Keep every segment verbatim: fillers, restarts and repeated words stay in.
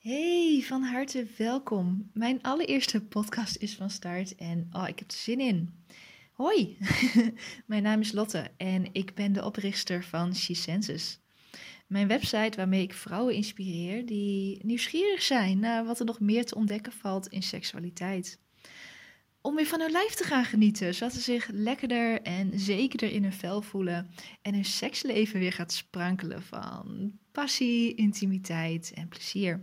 Hey, van harte welkom. Mijn allereerste podcast is van start en oh, ik heb er zin in. Hoi, mijn naam is Lotte en ik ben de oprichter van She Senses. Mijn website waarmee ik vrouwen inspireer die nieuwsgierig zijn naar wat er nog meer te ontdekken valt in seksualiteit. Om weer van hun lijf te gaan genieten, zodat ze zich lekkerder en zekerder in hun vel voelen en hun seksleven weer gaat sprankelen van passie, intimiteit en plezier.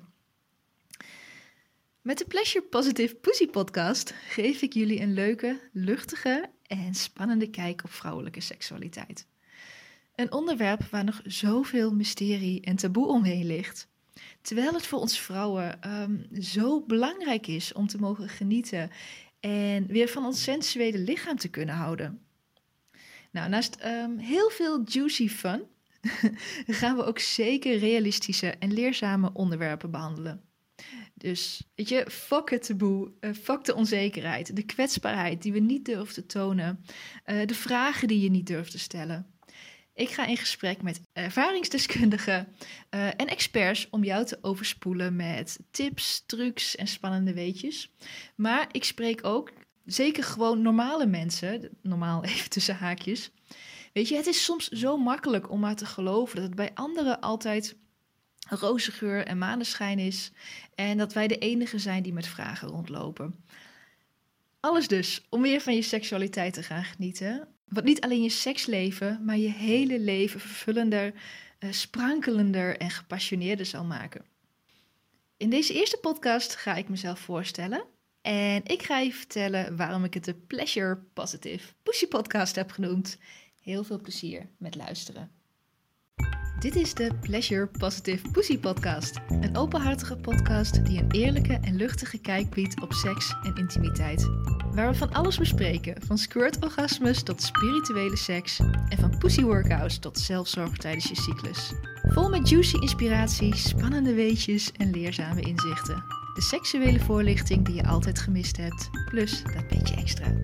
Met de Pleasure Positive Pussy podcast geef ik jullie een leuke, luchtige en spannende kijk op vrouwelijke seksualiteit. Een onderwerp waar nog zoveel mysterie en taboe omheen ligt. Terwijl het voor ons vrouwen um, zo belangrijk is om te mogen genieten en weer van ons sensuele lichaam te kunnen houden. Nou, naast um, heel veel juicy fun gaan we ook zeker realistische en leerzame onderwerpen behandelen. Dus, weet je, fuck het taboe, uh, fuck de onzekerheid, de kwetsbaarheid die we niet durven te tonen, uh, de vragen die je niet durft te stellen. Ik ga in gesprek met ervaringsdeskundigen uh, en experts om jou te overspoelen met tips, trucs en spannende weetjes. Maar ik spreek ook zeker gewoon normale mensen, normaal even tussen haakjes. Weet je, het is soms zo makkelijk om maar te geloven dat het bij anderen altijd roze geur en maneschijn is en dat wij de enige zijn die met vragen rondlopen. Alles dus om weer van je seksualiteit te gaan genieten. Wat niet alleen je seksleven, maar je hele leven vervullender, uh, sprankelender en gepassioneerder zal maken. In deze eerste podcast ga ik mezelf voorstellen en ik ga je vertellen waarom ik het de Pleasure Positive Pussy podcast heb genoemd. Heel veel plezier met luisteren. Dit is de Pleasure Positive Pussy podcast. Een openhartige podcast die een eerlijke en luchtige kijk biedt op seks en intimiteit. Waar we van alles bespreken, van squirt-orgasmes tot spirituele seks en van pussy-workouts tot zelfzorg tijdens je cyclus. Vol met juicy inspiratie, spannende weetjes en leerzame inzichten. De seksuele voorlichting die je altijd gemist hebt, plus dat beetje extra.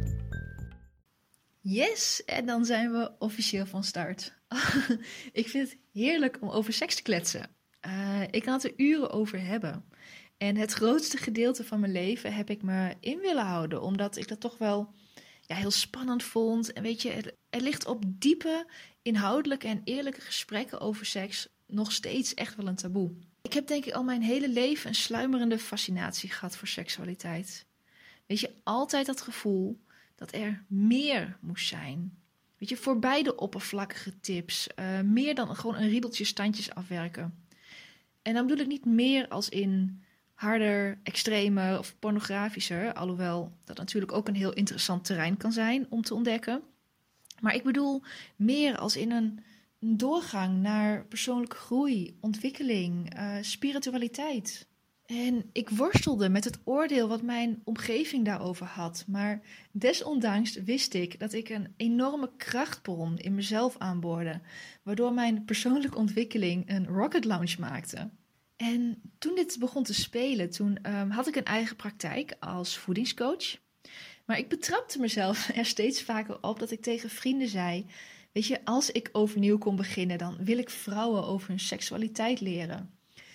Yes, en dan zijn we officieel van start. Ik vind het heerlijk om over seks te kletsen. Uh, ik kan het er uren over hebben. En het grootste gedeelte van mijn leven heb ik me in willen houden, omdat ik dat toch wel ja, heel spannend vond. En weet je, er, er ligt op diepe, inhoudelijke en eerlijke gesprekken over seks nog steeds echt wel een taboe. Ik heb denk ik al mijn hele leven een sluimerende fascinatie gehad voor seksualiteit. Weet je, altijd dat gevoel dat er meer moest zijn. Weet je, voorbij de oppervlakkige tips. Uh, meer dan gewoon een riedeltje standjes afwerken. En dan bedoel ik niet meer als in harder, extremer of pornografischer. Alhoewel dat natuurlijk ook een heel interessant terrein kan zijn om te ontdekken. Maar ik bedoel meer als in een, een doorgang naar persoonlijke groei, ontwikkeling, uh, spiritualiteit. En ik worstelde met het oordeel wat mijn omgeving daarover had. Maar desondanks wist ik dat ik een enorme krachtbron in mezelf aanboorde. Waardoor mijn persoonlijke ontwikkeling een rocket launch maakte. En toen dit begon te spelen, toen um, had ik een eigen praktijk als voedingscoach. Maar ik betrapte mezelf er steeds vaker op dat ik tegen vrienden zei: weet je, als ik overnieuw kon beginnen, dan wil ik vrouwen over hun seksualiteit leren.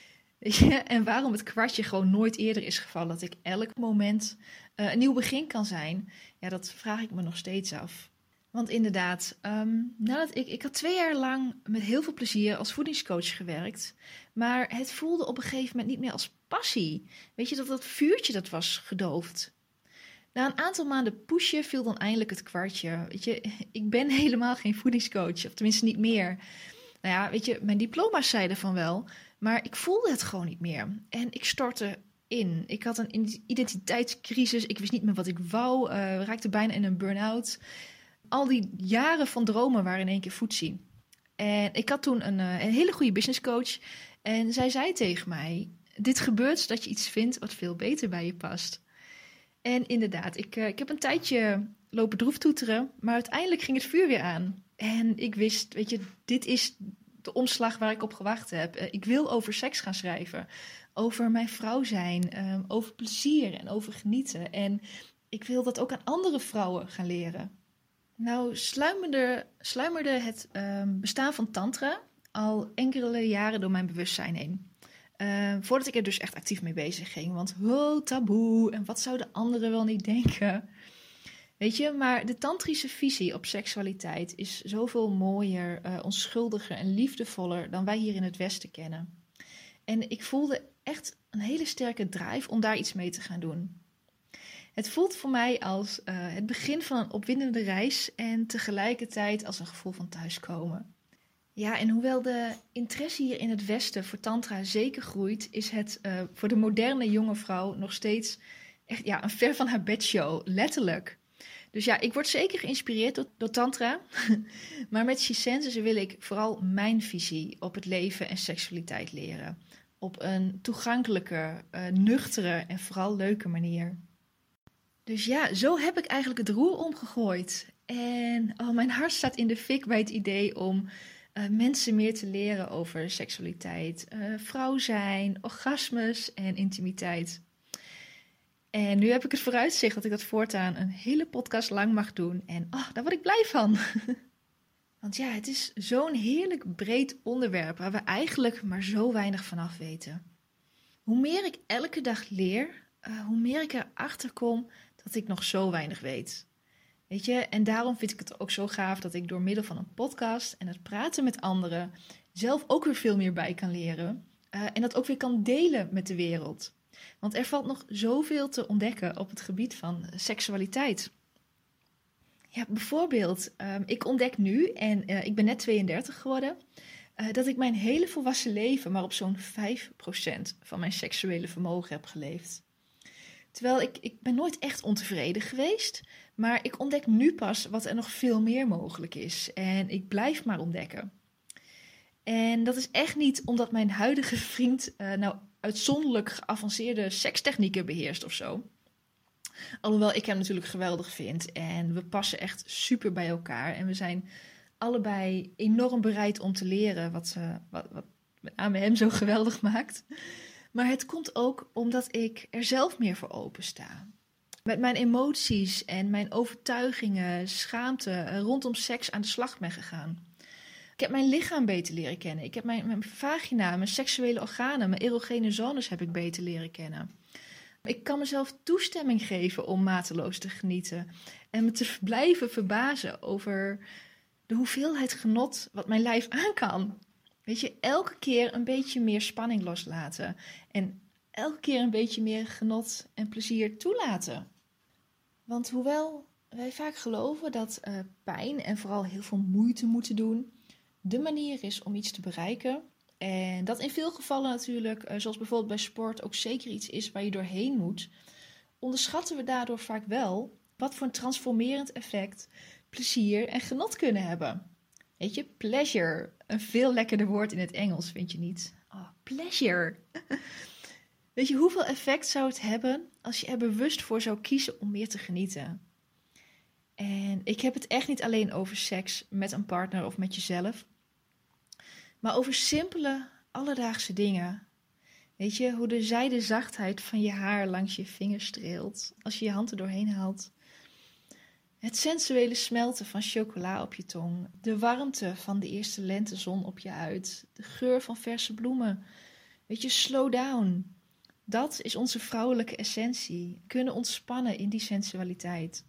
Ja, en waarom het kwartje gewoon nooit eerder is gevallen dat ik elk moment uh, een nieuw begin kan zijn, ja, dat vraag ik me nog steeds af. Want inderdaad, um, nadat ik, ik had twee jaar lang met heel veel plezier als voedingscoach gewerkt, maar het voelde op een gegeven moment niet meer als passie. Weet je, dat dat vuurtje dat was gedoofd. Na een aantal maanden pushen viel dan eindelijk het kwartje. Weet je, ik ben helemaal geen voedingscoach, of tenminste niet meer. Nou ja, weet je, mijn diploma's zeiden van wel, maar ik voelde het gewoon niet meer. En ik stortte in. Ik had een identiteitscrisis, ik wist niet meer wat ik wou, uh, raakte bijna in een burn-out. Al die jaren van dromen waren in één keer foetsie. En ik had toen een, uh, een hele goede businesscoach en zij zei tegen mij: dit gebeurt zodat je iets vindt wat veel beter bij je past. En inderdaad, ik, uh, ik heb een tijdje lopen droeftoeteren, maar uiteindelijk ging het vuur weer aan. En ik wist, weet je, dit is de omslag waar ik op gewacht heb. Uh, ik wil over seks gaan schrijven, over mijn vrouw zijn, uh, over plezier en over genieten. En ik wil dat ook aan andere vrouwen gaan leren. Nou, sluimerde, sluimerde het uh, bestaan van tantra al enkele jaren door mijn bewustzijn heen. Uh, voordat ik er dus echt actief mee bezig ging. Want oh, taboe en wat zouden anderen wel niet denken? Weet je, maar de tantrische visie op seksualiteit is zoveel mooier, uh, onschuldiger en liefdevoller dan wij hier in het Westen kennen. En ik voelde echt een hele sterke drive om daar iets mee te gaan doen. Het voelt voor mij als uh, het begin van een opwindende reis en tegelijkertijd als een gevoel van thuiskomen. Ja, en hoewel de interesse hier in het Westen voor tantra zeker groeit, is het uh, voor de moderne jonge vrouw nog steeds echt ja, een ver van haar bedshow, letterlijk. Dus ja, ik word zeker geïnspireerd door, door tantra, maar met Shisense wil ik vooral mijn visie op het leven en seksualiteit leren. Op een toegankelijke, uh, nuchtere en vooral leuke manier. Dus ja, zo heb ik eigenlijk het roer omgegooid. En oh, mijn hart staat in de fik bij het idee om uh, mensen meer te leren over seksualiteit, uh, vrouw zijn, orgasmes en intimiteit. En nu heb ik het vooruitzicht dat ik dat voortaan een hele podcast lang mag doen. En oh, daar word ik blij van. Want ja, het is zo'n heerlijk breed onderwerp waar we eigenlijk maar zo weinig van af weten. Hoe meer ik elke dag leer, uh, hoe meer ik erachter kom dat ik nog zo weinig weet. Weet je, en daarom vind ik het ook zo gaaf dat ik door middel van een podcast en het praten met anderen zelf ook weer veel meer bij kan leren. Uh, en dat ook weer kan delen met de wereld. Want er valt nog zoveel te ontdekken op het gebied van seksualiteit. Ja, bijvoorbeeld, um, ik ontdek nu, en uh, ik ben net tweeëndertig geworden, uh, dat ik mijn hele volwassen leven maar op zo'n vijf procent van mijn seksuele vermogen heb geleefd. Terwijl ik, ik ben nooit echt ontevreden geweest, maar ik ontdek nu pas wat er nog veel meer mogelijk is. En ik blijf maar ontdekken. En dat is echt niet omdat mijn huidige vriend uh, nou uitzonderlijk geavanceerde sekstechnieken beheerst of zo. Alhoewel ik hem natuurlijk geweldig vind en we passen echt super bij elkaar. En we zijn allebei enorm bereid om te leren wat, uh, wat, wat met name hem zo geweldig maakt. Maar het komt ook omdat ik er zelf meer voor open sta. Met mijn emoties en mijn overtuigingen, schaamte rondom seks aan de slag ben gegaan. Ik heb mijn lichaam beter leren kennen. Ik heb mijn, mijn vagina, mijn seksuele organen, mijn erogene zones heb ik beter leren kennen. Ik kan mezelf toestemming geven om mateloos te genieten. En me te blijven verbazen over de hoeveelheid genot wat mijn lijf aan kan. Weet je, elke keer een beetje meer spanning loslaten. En elke keer een beetje meer genot en plezier toelaten. Want hoewel wij vaak geloven dat uh, pijn en vooral heel veel moeite moeten doen de manier is om iets te bereiken. En dat in veel gevallen natuurlijk, uh, zoals bijvoorbeeld bij sport, ook zeker iets is waar je doorheen moet. Onderschatten we daardoor vaak wel wat voor een transformerend effect plezier en genot kunnen hebben. Weet je, pleasure. Een veel lekkerder woord in het Engels, vind je niet? Oh, pleasure. Weet je, hoeveel effect zou het hebben als je er bewust voor zou kiezen om meer te genieten? En ik heb het echt niet alleen over seks met een partner of met jezelf. Maar over simpele, alledaagse dingen. Weet je, hoe de zijde zachtheid van je haar langs je vingers streelt als je je hand er doorheen haalt. Het sensuele smelten van chocola op je tong. De warmte van de eerste lentezon op je huid. De geur van verse bloemen. Weet je, slow down. Dat is onze vrouwelijke essentie. Kunnen ontspannen in die sensualiteit.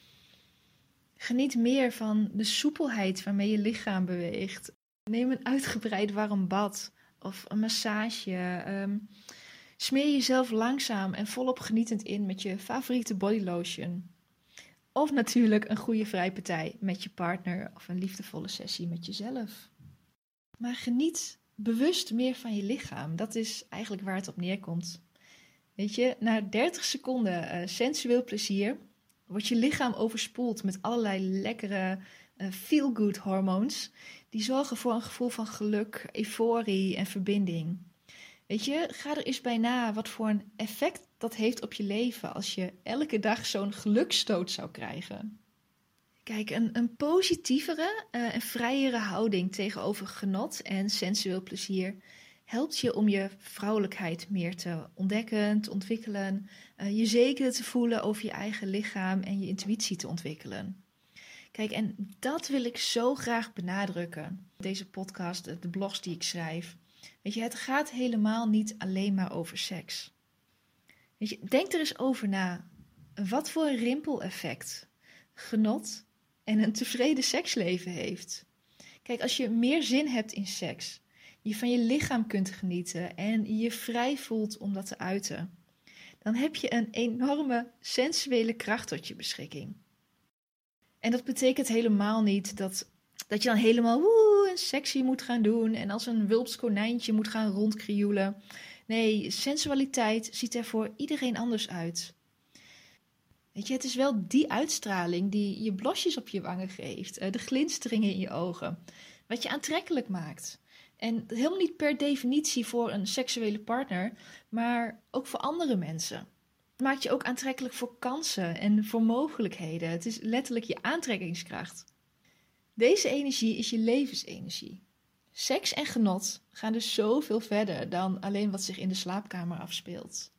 Geniet meer van de soepelheid waarmee je lichaam beweegt. Neem een uitgebreid warm bad of een massage. Um, smeer jezelf langzaam en volop genietend in met je favoriete bodylotion. Of natuurlijk een goede vrijpartij met je partner of een liefdevolle sessie met jezelf. Maar geniet bewust meer van je lichaam. Dat is eigenlijk waar het op neerkomt. Weet je, na dertig seconden uh, sensueel plezier wordt je lichaam overspoeld met allerlei lekkere uh, feel-good hormoons. Die zorgen voor een gevoel van geluk, euforie en verbinding. Weet je, ga er eens bij na wat voor een effect dat heeft op je leven als je elke dag zo'n gelukstoot zou krijgen. Kijk, een, een positievere uh, en vrijere houding tegenover genot en sensueel plezier helpt je om je vrouwelijkheid meer te ontdekken, te ontwikkelen, uh, je zeker te voelen over je eigen lichaam en je intuïtie te ontwikkelen. Kijk, en dat wil ik zo graag benadrukken. Deze podcast, de blogs die ik schrijf. Weet je, het gaat helemaal niet alleen maar over seks. Weet je, denk er eens over na. Wat voor een rimpeleffect genot en een tevreden seksleven heeft. Kijk, als je meer zin hebt in seks, je van je lichaam kunt genieten en je je vrij voelt om dat te uiten, dan heb je een enorme sensuele kracht tot je beschikking. En dat betekent helemaal niet dat, dat je dan helemaal woe en sexy moet gaan doen en als een wulps konijntje moet gaan rondkrioelen. Nee, sensualiteit ziet er voor iedereen anders uit. Weet je, het is wel die uitstraling die je blosjes op je wangen geeft, de glinsteringen in je ogen, wat je aantrekkelijk maakt. En helemaal niet per definitie voor een seksuele partner, maar ook voor andere mensen. Het maakt je ook aantrekkelijk voor kansen en voor mogelijkheden. Het is letterlijk je aantrekkingskracht. Deze energie is je levensenergie. Seks en genot gaan dus zoveel verder dan alleen wat zich in de slaapkamer afspeelt.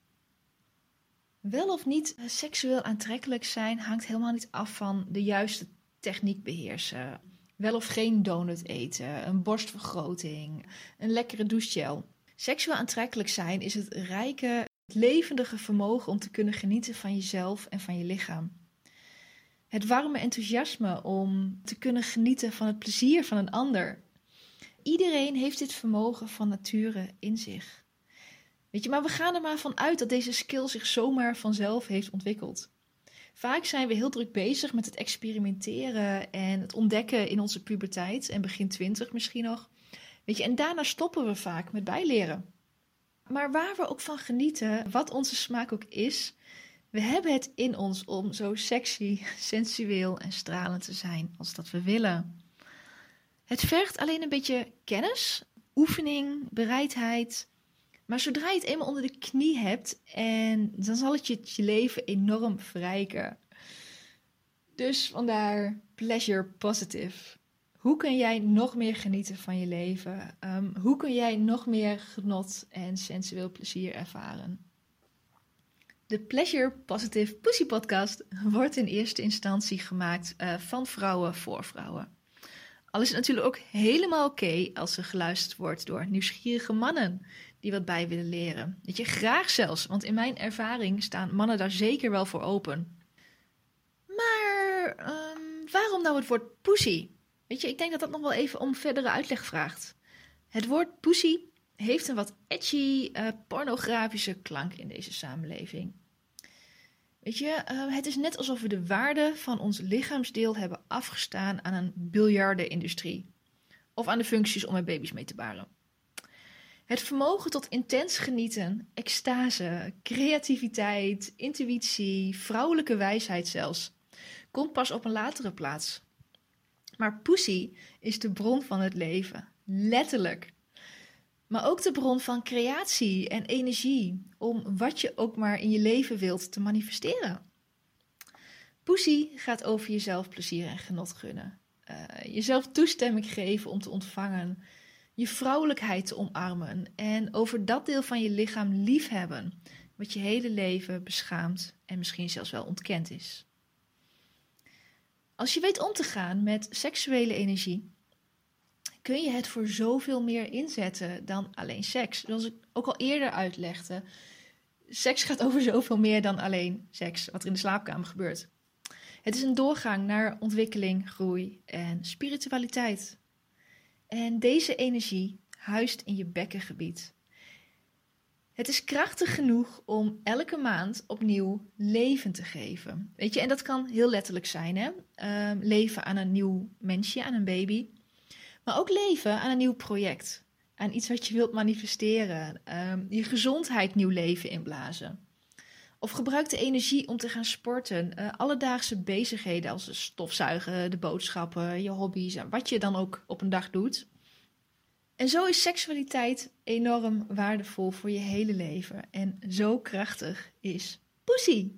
Wel of niet seksueel aantrekkelijk zijn hangt helemaal niet af van de juiste techniek beheersen. Wel of geen donut eten, een borstvergroting, een lekkere douchegel. Seksueel aantrekkelijk zijn is het rijke, het levendige vermogen om te kunnen genieten van jezelf en van je lichaam. Het warme enthousiasme om te kunnen genieten van het plezier van een ander. Iedereen heeft dit vermogen van nature in zich. Weet je, maar we gaan er maar van uit dat deze skill zich zomaar vanzelf heeft ontwikkeld. Vaak zijn we heel druk bezig met het experimenteren en het ontdekken in onze puberteit en begin twintig misschien nog. Weet je, en daarna stoppen we vaak met bijleren. Maar waar we ook van genieten, wat onze smaak ook is, we hebben het in ons om zo sexy, sensueel en stralend te zijn als dat we willen. Het vergt alleen een beetje kennis, oefening, bereidheid. Maar zodra je het eenmaal onder de knie hebt, en dan zal het je, je leven enorm verrijken. Dus vandaar pleasure positive. Hoe kun jij nog meer genieten van je leven? Um, hoe kun jij nog meer genot en sensueel plezier ervaren? De Pleasure Positive Pussy Podcast wordt in eerste instantie gemaakt uh, van vrouwen voor vrouwen. Al is het natuurlijk ook helemaal oké okay als er geluisterd wordt door nieuwsgierige mannen die wat bij willen leren. Weet je, graag zelfs, want in mijn ervaring staan mannen daar zeker wel voor open. Maar um, waarom nou het woord pussy? Weet je, ik denk dat dat nog wel even om verdere uitleg vraagt. Het woord pussy heeft een wat edgy, uh, pornografische klank in deze samenleving. Weet je, uh, het is net alsof we de waarde van ons lichaamsdeel hebben afgestaan aan een biljardenindustrie. Of aan de functies om er baby's mee te baren. Het vermogen tot intens genieten, extase, creativiteit, intuïtie, vrouwelijke wijsheid zelfs, komt pas op een latere plaats. Maar pussy is de bron van het leven, letterlijk. Maar ook de bron van creatie en energie, om wat je ook maar in je leven wilt te manifesteren. Pussy gaat over jezelf plezier en genot gunnen. Uh, jezelf toestemming geven om te ontvangen. Je vrouwelijkheid te omarmen. En over dat deel van je lichaam liefhebben. Wat je hele leven beschaamd en misschien zelfs wel ontkend is. Als je weet om te gaan met seksuele energie, kun je het voor zoveel meer inzetten dan alleen seks. Zoals ik ook al eerder uitlegde. Seks gaat over zoveel meer dan alleen seks, wat er in de slaapkamer gebeurt. Het is een doorgang naar ontwikkeling, groei en spiritualiteit. En deze energie huist in je bekkengebied. Het is krachtig genoeg om elke maand opnieuw leven te geven. Weet je, en dat kan heel letterlijk zijn, hè? Uh, leven aan een nieuw mensje, aan een baby. Maar ook leven aan een nieuw project. Aan iets wat je wilt manifesteren. Um, je gezondheid nieuw leven inblazen. Of gebruik de energie om te gaan sporten. Uh, alledaagse bezigheden als stofzuigen, de boodschappen, je hobby's. Wat je dan ook op een dag doet. En zo is seksualiteit enorm waardevol voor je hele leven. En zo krachtig is pussy.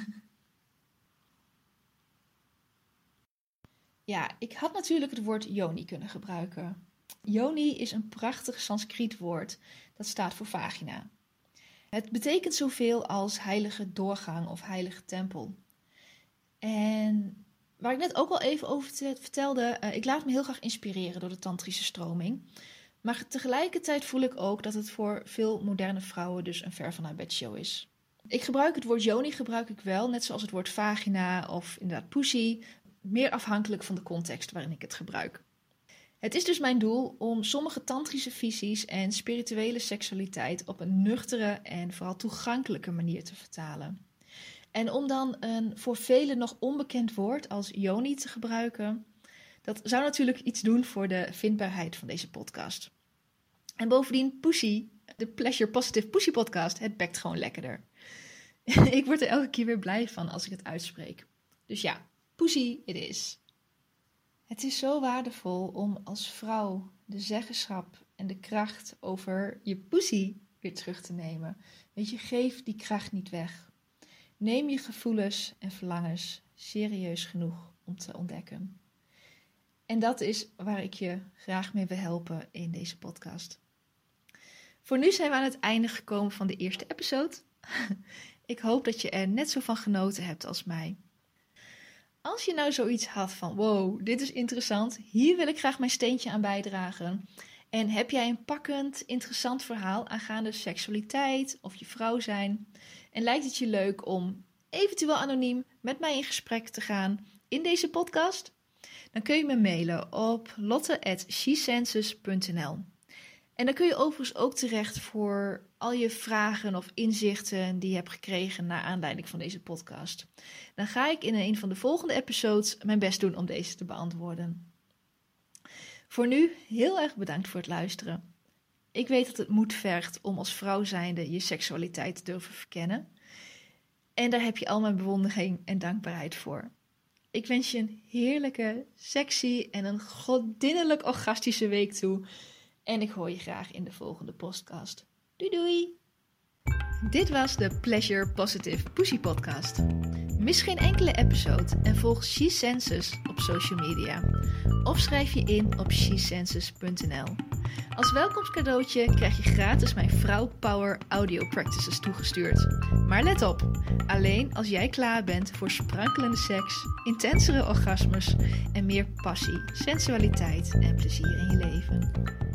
Ja, ik had natuurlijk het woord yoni kunnen gebruiken. Yoni is een prachtig Sanskriet woord dat staat voor vagina. Het betekent zoveel als heilige doorgang of heilige tempel. En waar ik net ook al even over vertelde, uh, ik laat me heel graag inspireren door de tantrische stroming. Maar tegelijkertijd voel ik ook dat het voor veel moderne vrouwen dus een ver van haar bedshow is. Ik gebruik het woord yoni gebruik ik wel, net zoals het woord vagina of inderdaad pussy, meer afhankelijk van de context waarin ik het gebruik. Het is dus mijn doel om sommige tantrische visies en spirituele seksualiteit op een nuchtere en vooral toegankelijke manier te vertalen. En om dan een voor velen nog onbekend woord als yoni te gebruiken, dat zou natuurlijk iets doen voor de vindbaarheid van deze podcast. En bovendien, Pussy, de Pleasure Positive Pussy podcast, het bekt gewoon lekkerder. Ik word er elke keer weer blij van als ik het uitspreek. Dus ja, Pussy it is. Het is zo waardevol om als vrouw de zeggenschap en de kracht over je pussy weer terug te nemen. Weet je, geef die kracht niet weg. Neem je gevoelens en verlangens serieus genoeg om te ontdekken. En dat is waar ik je graag mee wil helpen in deze podcast. Voor nu zijn we aan het einde gekomen van de eerste episode. Ik hoop dat je er net zo van genoten hebt als mij. Als je nou zoiets had van, wow, dit is interessant, hier wil ik graag mijn steentje aan bijdragen. En heb jij een pakkend, interessant verhaal aangaande seksualiteit of je vrouw zijn? En lijkt het je leuk om eventueel anoniem met mij in gesprek te gaan in deze podcast? Dan kun je me mailen op lotte at she senses punt n l. En dan kun je overigens ook terecht voor al je vragen of inzichten die je hebt gekregen naar aanleiding van deze podcast. Dan ga ik in een van de volgende episodes mijn best doen om deze te beantwoorden. Voor nu heel erg bedankt voor het luisteren. Ik weet dat het moed vergt om als vrouw zijnde je seksualiteit te durven verkennen. En daar heb je al mijn bewondering en dankbaarheid voor. Ik wens je een heerlijke, sexy en een godinnelijk orgastische week toe. En ik hoor je graag in de volgende podcast. Doei doei! Dit was de Pleasure Positive Pussy podcast. Mis geen enkele episode en volg She Senses op social media. Of schrijf je in op she senses punt n l. Als welkomstcadeautje krijg je gratis mijn Vrouw Power Audio Practices toegestuurd. Maar let op, alleen als jij klaar bent voor sprankelende seks, intensere orgasmes en meer passie, sensualiteit en plezier in je leven.